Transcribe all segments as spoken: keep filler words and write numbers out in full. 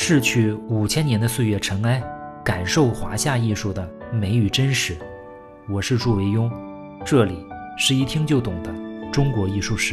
逝去五千年的岁月尘埃，感受华夏艺术的美与真实。我是祝维庸，这里是一听就懂的中国艺术史。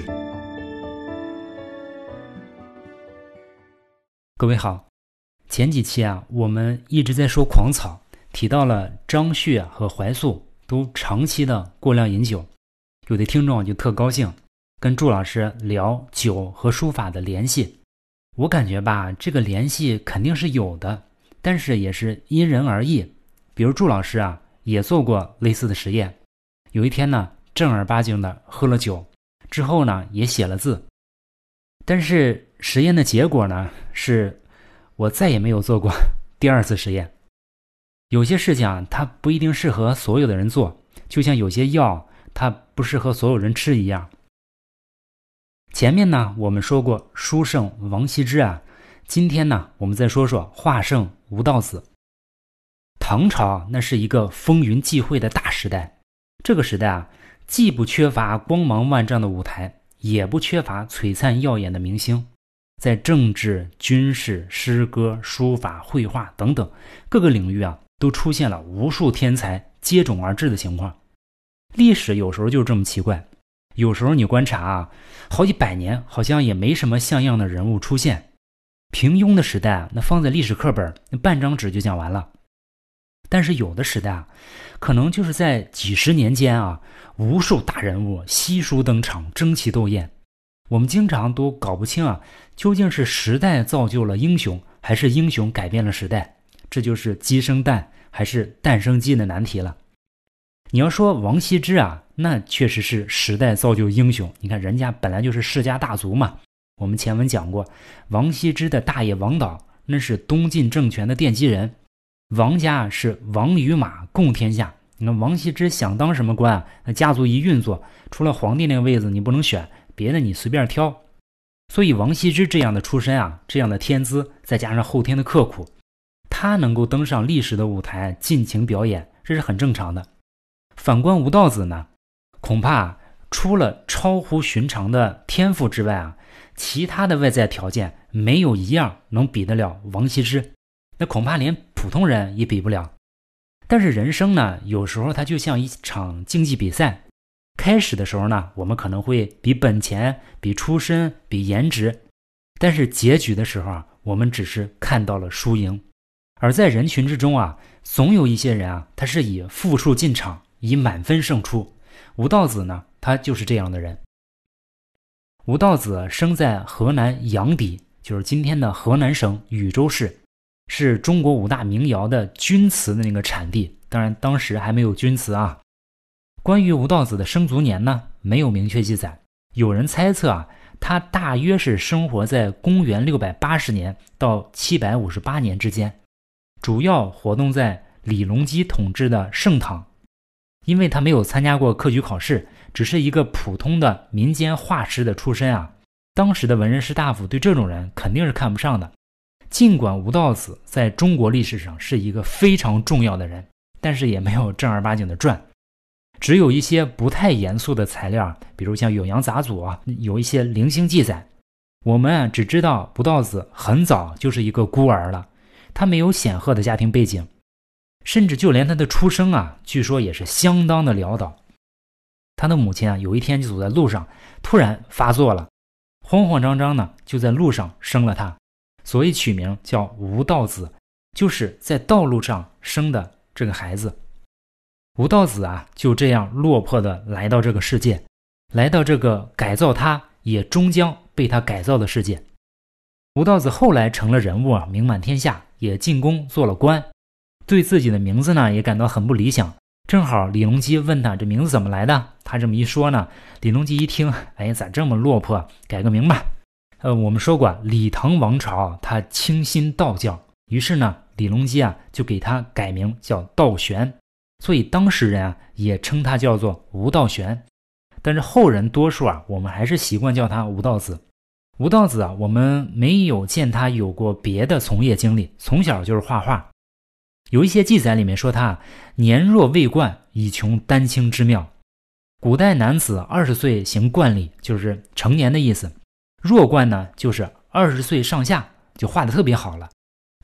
各位好，前几期啊，我们一直在说狂草，提到了张旭和怀素都长期的过量饮酒，有的听众就特高兴，跟祝老师聊酒和书法的联系。我感觉吧，这个联系肯定是有的，但是也是因人而异。比如祝老师啊，也做过类似的实验。有一天呢，正儿八经的喝了酒，之后呢，也写了字。但是实验的结果呢，是我再也没有做过第二次实验。有些事情啊，它不一定适合所有的人做，就像有些药，它不适合所有人吃一样。前面呢，我们说过书圣王羲之啊，今天呢，我们再说说画圣吴道子。唐朝那是一个风云际会的大时代，这个时代啊，既不缺乏光芒万丈的舞台，也不缺乏璀璨耀眼的明星，在政治、军事、诗歌、书法、绘画等等各个领域啊，都出现了无数天才接踵而至的情况。历史有时候就这么奇怪，有时候你观察啊，好几百年好像也没什么像样的人物出现。平庸的时代啊，那放在历史课本，那半张纸就讲完了。但是有的时代啊，可能就是在几十年间啊，无数大人物悉数登场，争奇斗艳。我们经常都搞不清啊，究竟是时代造就了英雄，还是英雄改变了时代？这就是鸡生蛋还是蛋生鸡的难题了。你要说王羲之啊，那确实是时代造就英雄。你看人家本来就是世家大族嘛。我们前文讲过，王羲之的大爷王导那是东晋政权的奠基人，王家是王与马共天下。你看王羲之想当什么官啊，那家族一运作，除了皇帝那个位子你不能选，别的你随便挑。所以王羲之这样的出身啊，这样的天资，再加上后天的刻苦，他能够登上历史的舞台尽情表演，这是很正常的。反观吴道子呢，恐怕除了超乎寻常的天赋之外啊，其他的外在条件没有一样能比得了王羲之，那恐怕连普通人也比不了。但是人生呢，有时候它就像一场竞技比赛，开始的时候呢，我们可能会比本钱、比出身、比颜值，但是结局的时候啊，我们只是看到了输赢。而在人群之中啊，总有一些人啊，他是以负数进场，以满分胜出。吴道子呢，他就是这样的人。吴道子生在河南阳翟，就是今天的河南省禹州市，是中国五大名窑的钧瓷的那个产地。当然当时还没有钧瓷啊。关于吴道子的生卒年呢，没有明确记载。有人猜测啊，他大约是生活在公元六百八十年到七百五十八年之间，主要活动在李隆基统治的盛唐。因为他没有参加过科举考试，只是一个普通的民间画师的出身啊，当时的文人士大夫对这种人肯定是看不上的。尽管吴道子在中国历史上是一个非常重要的人，但是也没有正儿八经的传，只有一些不太严肃的材料，比如像《酉阳杂俎》啊，有一些零星记载。我们啊只知道吴道子很早就是一个孤儿了，他没有显赫的家庭背景，甚至就连他的出生啊，据说也是相当的潦倒。他的母亲啊，有一天就走在路上，突然发作了，慌慌张张呢，就在路上生了他，所以取名叫吴道子，就是在道路上生的这个孩子。吴道子啊，就这样落魄的来到这个世界，来到这个改造他，也终将被他改造的世界。吴道子后来成了人物啊，名满天下，也进宫做了官。对自己的名字呢，也感到很不理想。正好李隆基问他这名字怎么来的，他这么一说呢，李隆基一听，哎，咋这么落魄，改个名吧。呃，我们说过，李唐王朝他倾心道教，于是呢，李隆基啊就给他改名叫道玄，所以当时人啊也称他叫做吴道玄。但是后人多数啊，我们还是习惯叫他吴道子。吴道子啊，我们没有见他有过别的从业经历，从小就是画画。有一些记载里面说他年若未冠，已穷丹青之妙。古代男子二十岁行冠礼，就是成年的意思。弱冠呢，就是二十岁上下就画得特别好了。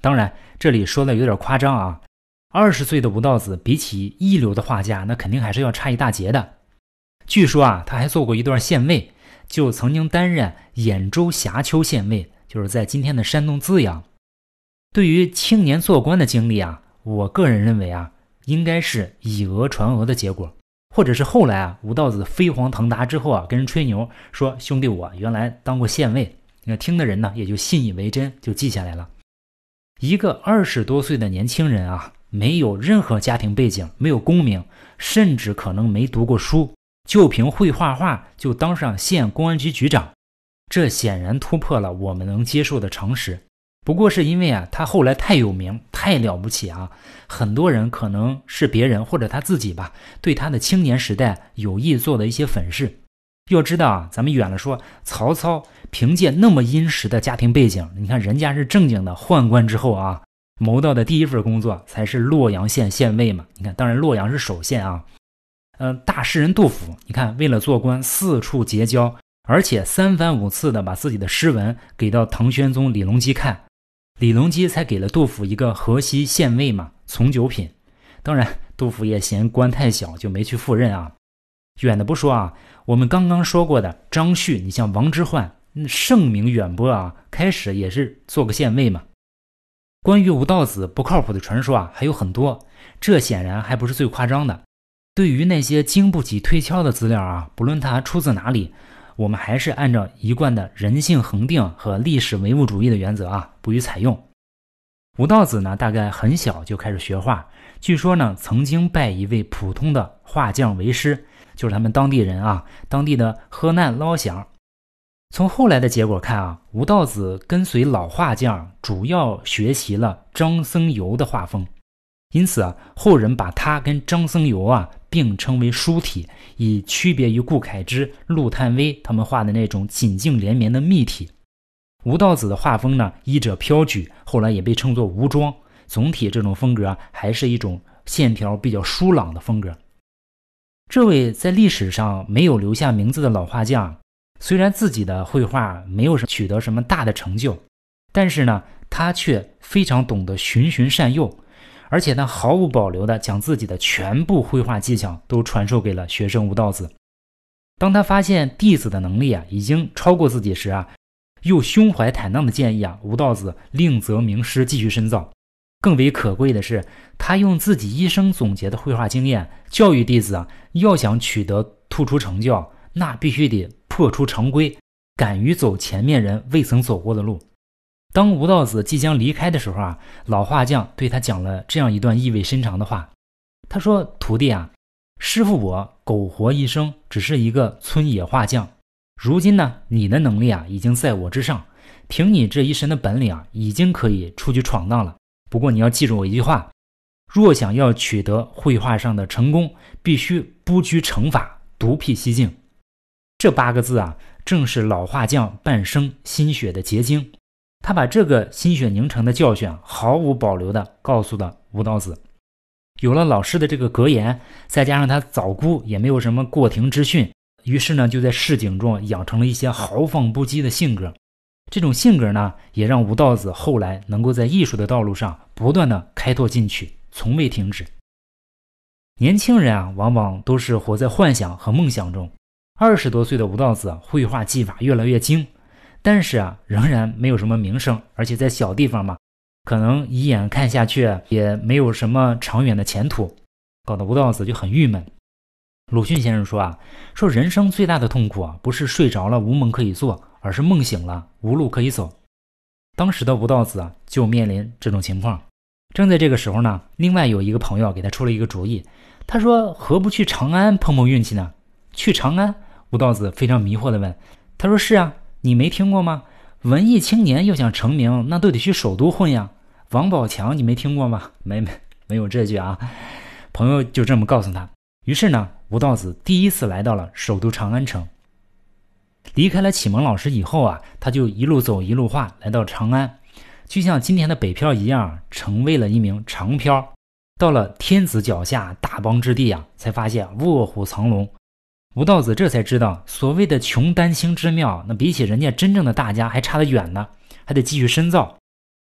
当然这里说的有点夸张啊，二十岁的吴道子比起一流的画家那肯定还是要差一大截的。据说啊，他还做过一段县尉，就曾经担任兖州峡丘县尉，就是在今天的山东资阳。对于青年做官的经历啊，我个人认为啊，应该是以讹传讹的结果，或者是后来啊，吴道子飞黄腾达之后啊，跟人吹牛说兄弟我原来当过县尉，那听的人呢也就信以为真，就记下来了。一个二十多岁的年轻人啊，没有任何家庭背景，没有功名，甚至可能没读过书，就凭会画画就当上县公安局局长，这显然突破了我们能接受的常识。不过是因为啊，他后来太有名，太了不起啊，很多人可能是别人或者他自己吧，对他的青年时代有意做的一些粉饰。要知道啊，咱们远了说，曹操凭借那么殷实的家庭背景，你看人家是正经的宦官之后啊，谋到的第一份工作才是洛阳县县尉嘛。你看，当然洛阳是首县啊。呃，大诗人杜甫，你看为了做官四处结交，而且三番五次的把自己的诗文给到唐玄宗李隆基看，李隆基才给了杜甫一个河西县尉嘛，从九品。当然，杜甫也嫌官太小，就没去赴任啊。远的不说啊，我们刚刚说过的张旭，你像王之涣，盛名远播啊，开始也是做个县尉嘛。关于吴道子不靠谱的传说啊，还有很多，这显然还不是最夸张的。对于那些经不起推敲的资料啊，不论它出自哪里，我们还是按照一贯的人性恒定和历史唯物主义的原则啊，不予采用。吴道子呢，大概很小就开始学画，据说呢，曾经拜一位普通的画匠为师，就是他们当地人啊，当地的河南老乡。从后来的结果看啊，吴道子跟随老画匠，主要学习了张僧繇的画风，因此啊，后人把他跟张僧繇啊并称为书体，以区别于顾恺之、陆探微他们画的那种紧静连绵的密体。吴道子的画风呢，衣着飘举，后来也被称作吴庄。总体这种风格啊，还是一种线条比较疏朗的风格。这位在历史上没有留下名字的老画匠，虽然自己的绘画没有取得什么大的成就，但是呢，他却非常懂得循循善诱，而且他毫无保留地将自己的全部绘画技巧都传授给了学生吴道子。当他发现弟子的能力啊已经超过自己时啊，又胸怀坦荡的建议啊吴道子另择名师继续深造。更为可贵的是，他用自己一生总结的绘画经验教育弟子啊，要想取得突出成就，那必须得破出常规，敢于走前面人未曾走过的路。当吴道子即将离开的时候啊，老画匠对他讲了这样一段意味深长的话。他说：徒弟啊，师傅我苟活一生只是一个村野画匠，如今呢，你的能力啊已经在我之上，凭你这一身的本领啊，已经可以出去闯荡了。不过你要记住我一句话，若想要取得绘画上的成功，必须不拘惩罚，独辟蹊径。这八个字啊，正是老画匠半生心血的结晶。他把这个心血凝成的教训毫无保留地告诉了吴道子。有了老师的这个格言，再加上他早姑也没有什么过庭之训，于是呢，就在市井中养成了一些豪放不羁的性格。这种性格呢，也让吴道子后来能够在艺术的道路上不断的开拓进取，从未停止。年轻人啊，往往都是活在幻想和梦想中。二十多岁的吴道子绘画技法越来越精，但是啊，仍然没有什么名声，而且在小地方嘛，可能一眼看下去也没有什么长远的前途，搞得吴道子就很郁闷。鲁迅先生说啊，说人生最大的痛苦啊，不是睡着了无梦可以做，而是梦醒了无路可以走。当时的吴道子啊，就面临这种情况。正在这个时候呢，另外有一个朋友给他出了一个主意，他说何不去长安碰碰运气呢？去长安？吴道子非常迷惑地问。他说是啊，你没听过吗？文艺青年要想成名，那都得去首都混呀。王宝强你没听过吗？没没没有这句啊。朋友就这么告诉他。于是呢，吴道子第一次来到了首都长安城。离开了启蒙老师以后啊，他就一路走一路画，来到长安，就像今天的北漂一样，成为了一名长漂。到了天子脚下大邦之地啊，才发现卧虎藏龙。吴道子这才知道，所谓的穷丹青之妙，那比起人家真正的大家还差得远呢，还得继续深造。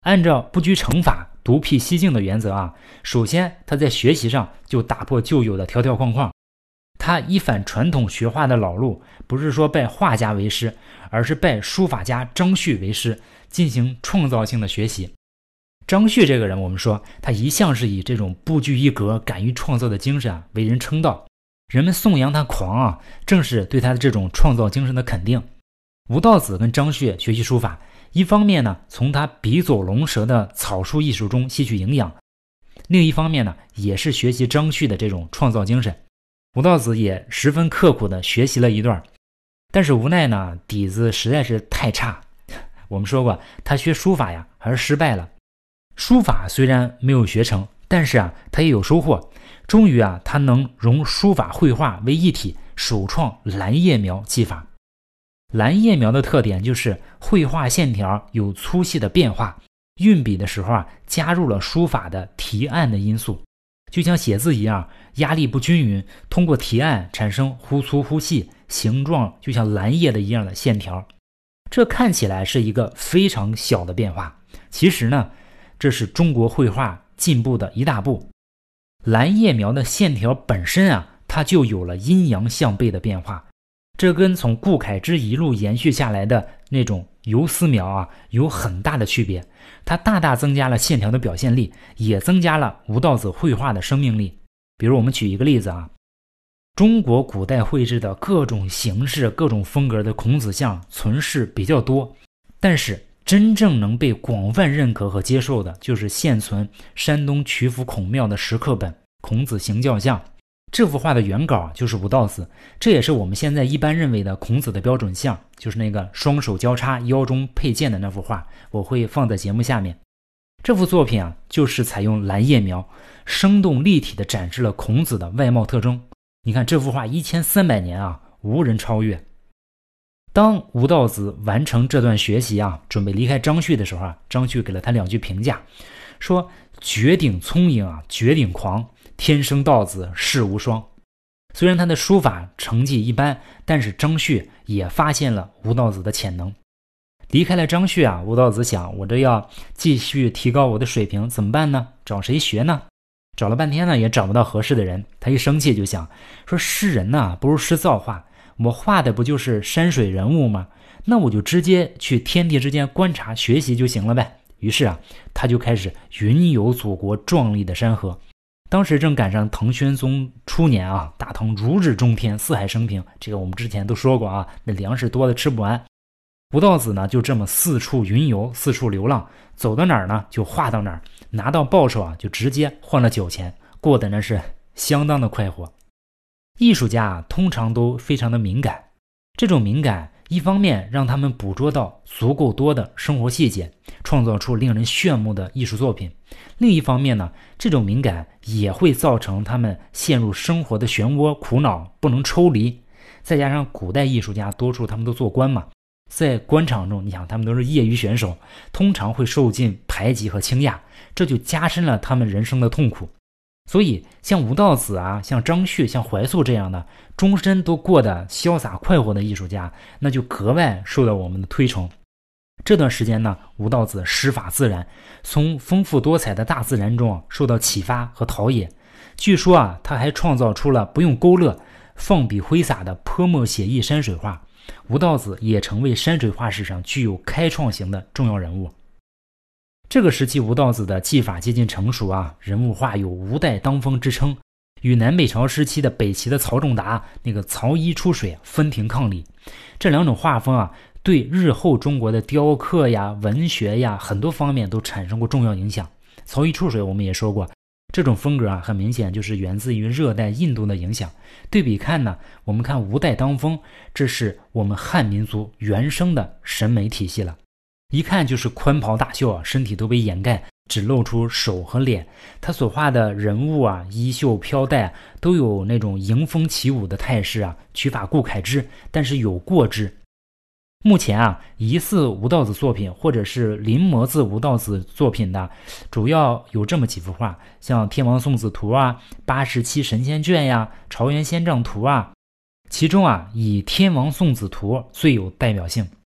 按照不拘惩罚、独辟蹊径的原则啊，首先他在学习上就打破旧有的条条框框，他一反传统学画的老路，不是说拜画家为师，而是拜书法家张旭为师，进行创造性的学习。张旭这个人，我们说他一向是以这种不拘一格、敢于创造的精神啊为人称道，人们颂扬他狂啊，正是对他的这种创造精神的肯定。吴道子跟张旭学习书法，一方面呢从他笔走龙蛇的草书艺术中吸取营养，另一方面呢也是学习张旭的这种创造精神。吴道子也十分刻苦地学习了一段，但是无奈呢底子实在是太差。我们说过他学书法呀还是失败了。书法虽然没有学成，但是啊他也有收获。终于啊他能融书法绘画为一体，首创蓝叶描技法。蓝叶描的特点就是绘画线条有粗细的变化，运笔的时候啊加入了书法的提按的因素，就像写字一样，压力不均匀，通过提按产生忽粗忽细，形状就像蓝叶的一样的线条。这看起来是一个非常小的变化，其实呢这是中国绘画进步的一大步。蓝叶描的线条本身啊它就有了阴阳相背的变化，这跟从顾恺之一路延续下来的那种游丝描啊有很大的区别，它大大增加了线条的表现力，也增加了吴道子绘画的生命力。比如我们举一个例子啊，中国古代绘制的各种形式、各种风格的孔子像存世比较多，但是真正能被广泛认可和接受的就是现存山东曲阜孔庙的石刻本《孔子行教像》。这幅画的原稿就是吴道子，这也是我们现在一般认为的孔子的标准像，就是那个双手交叉腰中佩剑的那幅画，我会放在节目下面。这幅作品啊就是采用蓝叶描，生动立体地展示了孔子的外貌特征。你看这幅画一千三百年啊无人超越。当吴道子完成这段学习啊，准备离开张旭的时候啊，张旭给了他两句评价，说绝顶聪颖啊，绝顶狂，天生道子世无双。虽然他的书法成绩一般，但是张旭也发现了吴道子的潜能。离开了张旭啊，吴道子想，我这要继续提高我的水平怎么办呢？找谁学呢？找了半天呢也找不到合适的人。他一生气就想说，诗人呐不如诗造画，我画的不就是山水人物吗？那我就直接去天地之间观察学习就行了呗。于是啊他就开始云游祖国壮丽的山河。当时正赶上唐玄宗初年啊，大唐如日中天，四海升平，这个我们之前都说过啊，那粮食多的吃不完。吴道子呢就这么四处云游，四处流浪，走到哪儿呢就画到哪儿，拿到报酬啊就直接换了酒钱，过得那是相当的快活。艺术家啊通常都非常的敏感，这种敏感一方面让他们捕捉到足够多的生活细节，创造出令人炫目的艺术作品，另一方面呢这种敏感也会造成他们陷入生活的漩涡，苦恼不能抽离。再加上古代艺术家多数他们都做官嘛，在官场中你想他们都是业余选手，通常会受尽排挤和倾轧，这就加深了他们人生的痛苦。所以像吴道子啊，像张旭，像怀素这样的终身都过得潇洒快活的艺术家，那就格外受到我们的推崇。这段时间呢，吴道子诗法自然，从丰富多彩的大自然中受到启发和陶冶。据说啊，他还创造出了不用勾勒，放笔挥洒的泼墨写意山水画。吴道子也成为山水画史上具有开创性的重要人物。这个时期吴道子的技法接近成熟啊，人物画有吴代当风之称，与南北朝时期的北齐的曹仲达那个曹衣出水分庭抗礼。这两种画风啊，对日后中国的雕刻呀、文学呀很多方面都产生过重要影响。曹衣出水我们也说过，这种风格啊很明显就是源自于热带印度的影响。对比看呢，我们看吴代当风，这是我们汉民族原生的审美体系了。一看就是宽袍大袖啊，身体都被掩盖，只露出手和脸。他所画的人物啊，衣袖飘带都有那种迎风起舞的态势啊，取法顾恺之，但是有过之。目前啊，疑似吴道子作品或者是临摹自吴道子作品的，主要有这么几幅画，像《天王送子图》啊、《八十七神仙卷》呀、《朝元仙丈图》啊。其中啊，以《天王送子图》最有代表性。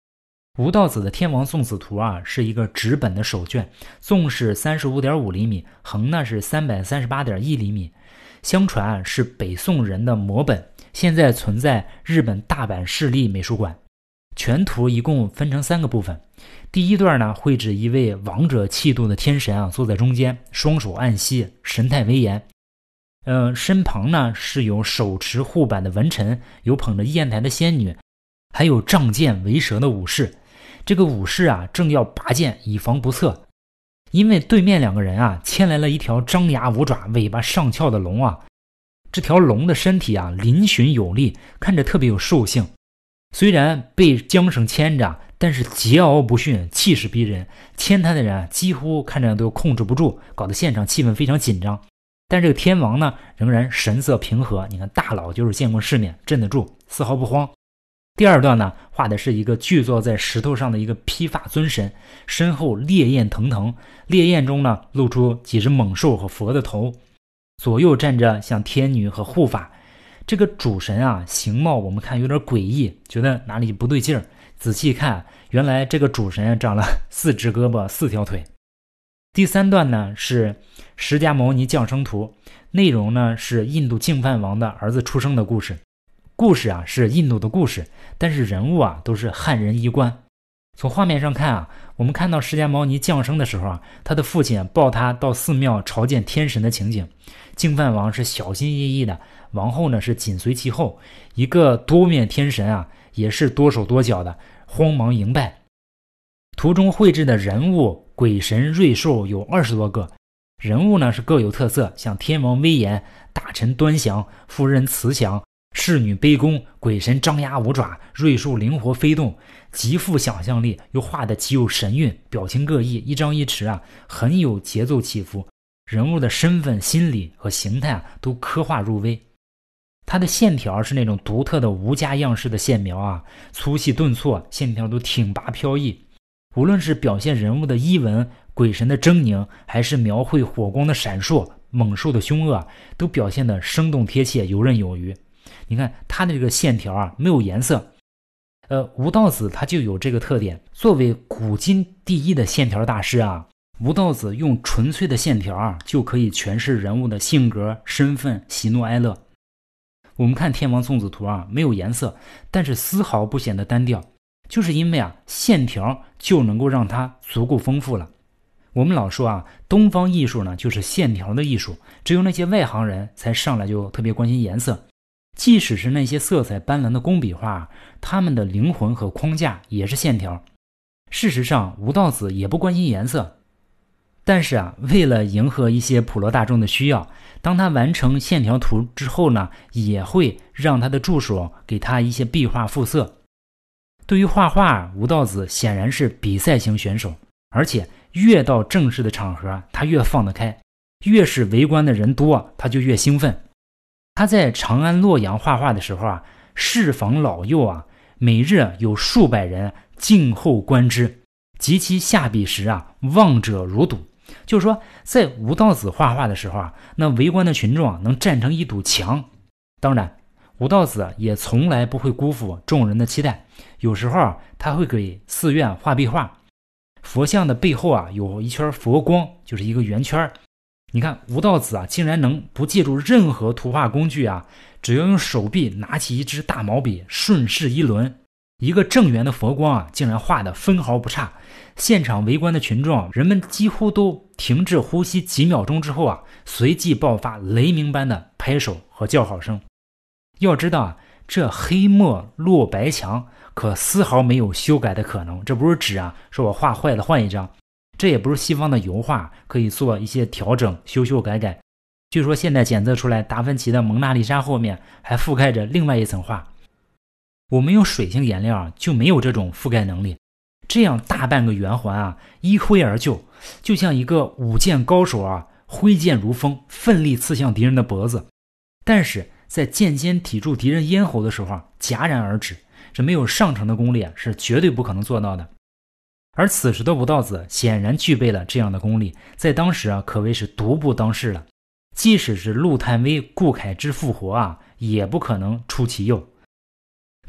吴道子的《天王宋子图》啊，是一个纸本的手卷，纵是 三十五点五厘米，横呢是 三百三十八点一厘米。相传啊是北宋人的摹本，现在存在日本大阪市立美术馆。全图一共分成三个部分，第一段呢绘制一位王者气度的天神啊，坐在中间，双手按膝，神态威严。呃，身旁呢是有手持护板的文臣，有捧着砚台的仙女，还有仗剑为蛇的武士。这个武士啊正要拔剑以防不测，因为对面两个人啊牵来了一条张牙舞爪、尾巴上翘的龙啊。这条龙的身体啊嶙峋有力，看着特别有兽性。虽然被缰绳牵着，但是桀骜不驯，气势逼人。牵他的人啊几乎看着都控制不住，搞得现场气氛非常紧张。但这个天王呢仍然神色平和，你看大佬就是见过世面，镇得住，丝毫不慌。第二段呢画的是一个巨坐在石头上的一个披发尊神，身后烈焰腾腾，烈焰中呢露出几只猛兽和佛的头，左右站着像天女和护法。这个主神啊形貌我们看有点诡异，觉得哪里不对劲儿，仔细看原来这个主神长了四只胳膊四条腿。第三段呢是释迦牟尼降生图，内容呢是印度净饭王的儿子出生的故事。故事啊是印度的故事，但是人物啊都是汉人衣冠。从画面上看啊，我们看到释迦牟尼降生的时候啊，他的父亲抱他到寺庙朝见天神的情景。净饭王是小心翼翼的，王后呢是紧随其后，一个多面天神啊也是多手多脚的，慌忙迎拜。图中绘制的人物、鬼神、瑞兽有二十多个，人物呢是各有特色，像天王威严，大臣端详，夫人慈祥，侍女卑躬，鬼神张牙舞爪，瑞兽灵活飞动，极富想象力，又画得极有神韵，表情各异，一张一弛啊，很有节奏起伏。人物的身份、心理和形态啊，都刻画入微。它的线条是那种独特的无家样式的线描啊，粗细顿挫，线条都挺拔飘逸。无论是表现人物的衣纹、鬼神的狰狞，还是描绘火光的闪烁、猛兽的凶恶，都表现得生动贴切，游刃有余。你看它的这个线条啊，没有颜色。呃，吴道子他就有这个特点，作为古今第一的线条大师啊，吴道子用纯粹的线条啊，就可以诠释人物的性格、身份、喜怒哀乐。我们看天王宋子图啊，没有颜色，但是丝毫不显得单调，就是因为啊，线条就能够让它足够丰富了。我们老说啊，东方艺术呢就是线条的艺术，只有那些外行人才上来就特别关心颜色。即使是那些色彩斑斓的工笔画，他们的灵魂和框架也是线条。事实上，吴道子也不关心颜色，但是啊，为了迎合一些普罗大众的需要，当他完成线条图之后呢，也会让他的助手给他一些壁画复色。对于画画，吴道子显然是比赛型选手，而且越到正式的场合，他越放得开，越是围观的人多，他就越兴奋。他在长安、洛阳画画的时候啊，侍房老幼啊，每日有数百人静候观之，及其下笔时啊，望者如堵。就是说，在吴道子画画的时候啊，那围观的群众啊，能站成一堵墙。当然，吴道子也从来不会辜负众人的期待，有时候啊，他会给寺院画壁画，佛像的背后啊，有一圈佛光，就是一个圆圈。你看吴道子啊，竟然能不借助任何图画工具啊，只要用手臂拿起一支大毛笔，顺势一轮，一个正圆的佛光啊，竟然画得分毫不差。现场围观的群众，人们几乎都停滞呼吸几秒钟之后啊，随即爆发雷鸣般的拍手和叫好声。要知道啊，这黑墨落白墙可丝毫没有修改的可能，这不是纸啊，说我画坏了换一张。这也不是西方的油画可以做一些调整修修改改。据说现在检测出来达芬奇的蒙娜丽莎后面还覆盖着另外一层画。我们用水性颜料就没有这种覆盖能力，这样大半个圆环啊，一挥而就，就像一个舞剑高手啊，挥剑如风，奋力刺向敌人的脖子。但是在剑尖抵住敌人咽喉的时候啊，戛然而止，这没有上乘的功力啊，是绝对不可能做到的。而此时的吴道子显然具备了这样的功力，在当时啊，可谓是独步当世了。即使是陆探微、顾恺之复活啊，也不可能出其右。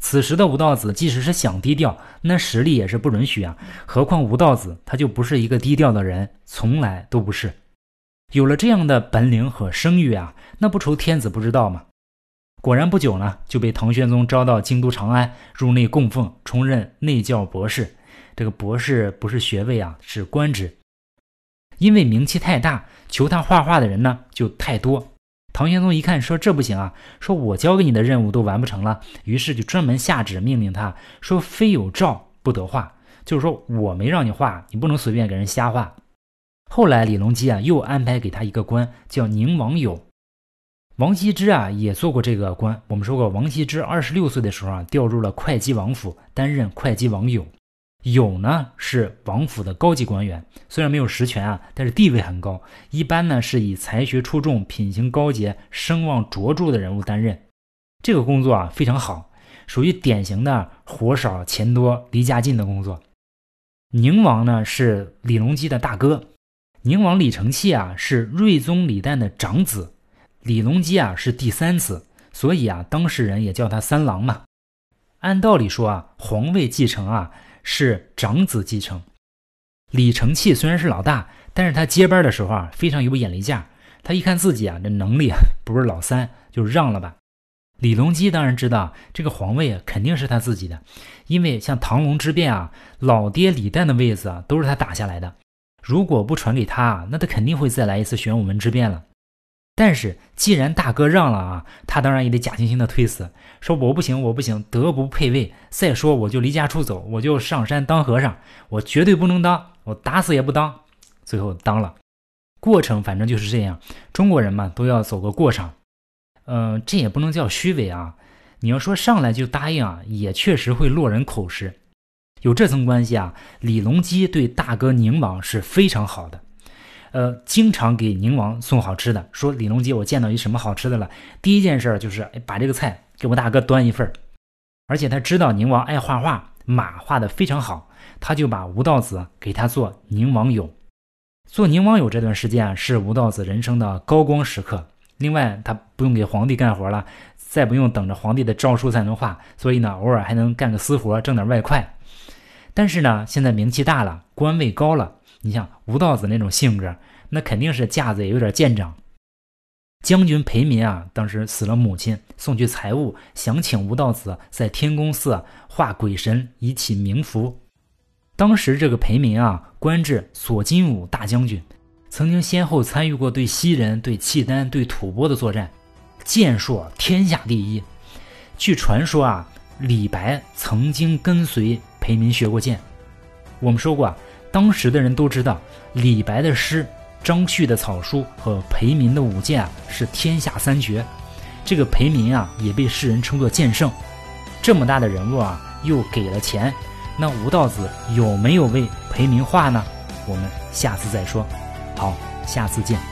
此时的吴道子即使是想低调，那实力也是不允许啊。何况吴道子他就不是一个低调的人，从来都不是。有了这样的本领和声誉啊，那不愁天子不知道吗？果然不久呢，就被唐玄宗招到京都长安，入内供奉，充任内教博士。这个博士不是学位啊，是官职。因为名气太大，求他画画的人呢就太多。唐玄宗一看说这不行啊，说我交给你的任务都完不成了，于是就专门下旨命令他说非有诏不得画，就是说我没让你画，你不能随便给人瞎画。后来李隆基啊又安排给他一个官叫宁王友。王羲之啊也做过这个官，我们说过王羲之二十六岁的时候啊调入了会稽王府，担任会稽王友。友呢是王府的高级官员，虽然没有实权啊，但是地位很高，一般呢是以才学出众、品行高洁、声望卓著的人物担任。这个工作啊非常好，属于典型的活少钱多离家近的工作。宁王呢是李隆基的大哥，宁王李承器啊是睿宗李旦的长子，李隆基啊是第三子，所以啊当事人也叫他三郎嘛。按道理说啊，皇位继承啊是长子继承。李承器虽然是老大，但是他接班的时候啊非常有眼力劲，他一看自己啊这能力啊不是老三，就让了吧。李隆基当然知道这个皇位啊肯定是他自己的，因为像唐隆之变啊，老爹李旦的位子啊都是他打下来的，如果不传给他，那他肯定会再来一次玄武门之变了。但是既然大哥让了啊，他当然也得假惺惺的推辞，说我不行我不行，德不配位，再说我就离家出走，我就上山当和尚，我绝对不能当，我打死也不当。最后当了，过程反正就是这样，中国人嘛都要走个过场。呃，这也不能叫虚伪啊，你要说上来就答应啊，也确实会落人口实。有这层关系啊，李隆基对大哥宁王是非常好的。呃，经常给宁王送好吃的，说李隆基我见到一什么好吃的了，第一件事就是把这个菜给我大哥端一份。而且他知道宁王爱画画，马画得非常好，他就把吴道子给他做宁王友。做宁王友这段时间啊，是吴道子人生的高光时刻。另外他不用给皇帝干活了，再不用等着皇帝的诏书才能画，所以呢偶尔还能干个私活挣点外快。但是呢现在名气大了，官位高了，你像吴道子那种性格，那肯定是架子也有点见长。将军裴民啊，当时死了母亲，送去财物，想请吴道子在天宫寺画鬼神以启冥福。当时这个裴民啊，官至左金吾大将军，曾经先后参与过对西人、对契丹、对吐蕃的作战，剑术天下第一。据传说啊，李白曾经跟随裴民学过剑。我们说过啊，当时的人都知道李白的诗、张旭的草书和裴民的舞剑啊是天下三绝。这个裴民啊也被世人称作剑圣。这么大的人物啊，又给了钱，那吴道子有没有为裴民画呢？我们下次再说。好，下次见。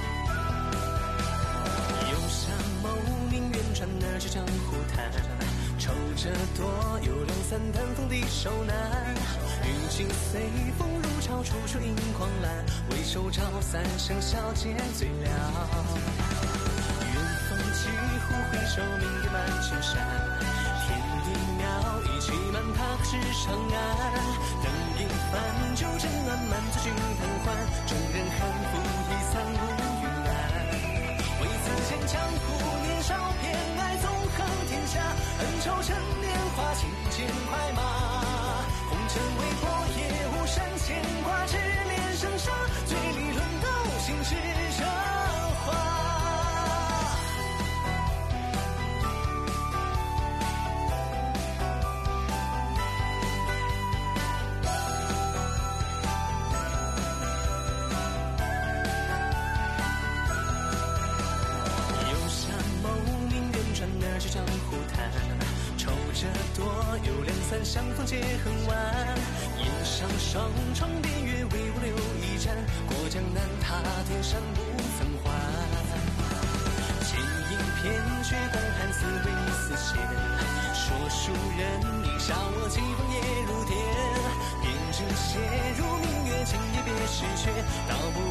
处处迎狂澜，为手照三生小姐醉了。远方几乎回首，明月满青山。天地渺，一骑满踏至长安。灯影泛酒正暖，满座君贪欢。众人恨负一散入云南。为此间江湖年少偏爱纵横天下，恨愁趁年华轻剑快马。红尘为破也无山牵挂，只恋生杀，醉里论道，心事这话。游侠谋名远传，而去江湖谈，愁着多有两三，相逢皆恨晚。檐上双窗边月，为我留一盏。过江南，踏天山，不曾还。剑影偏却光寒，似微似线。说书人一笑，我几分也如电。便只写入明月，今夜别时缺，道不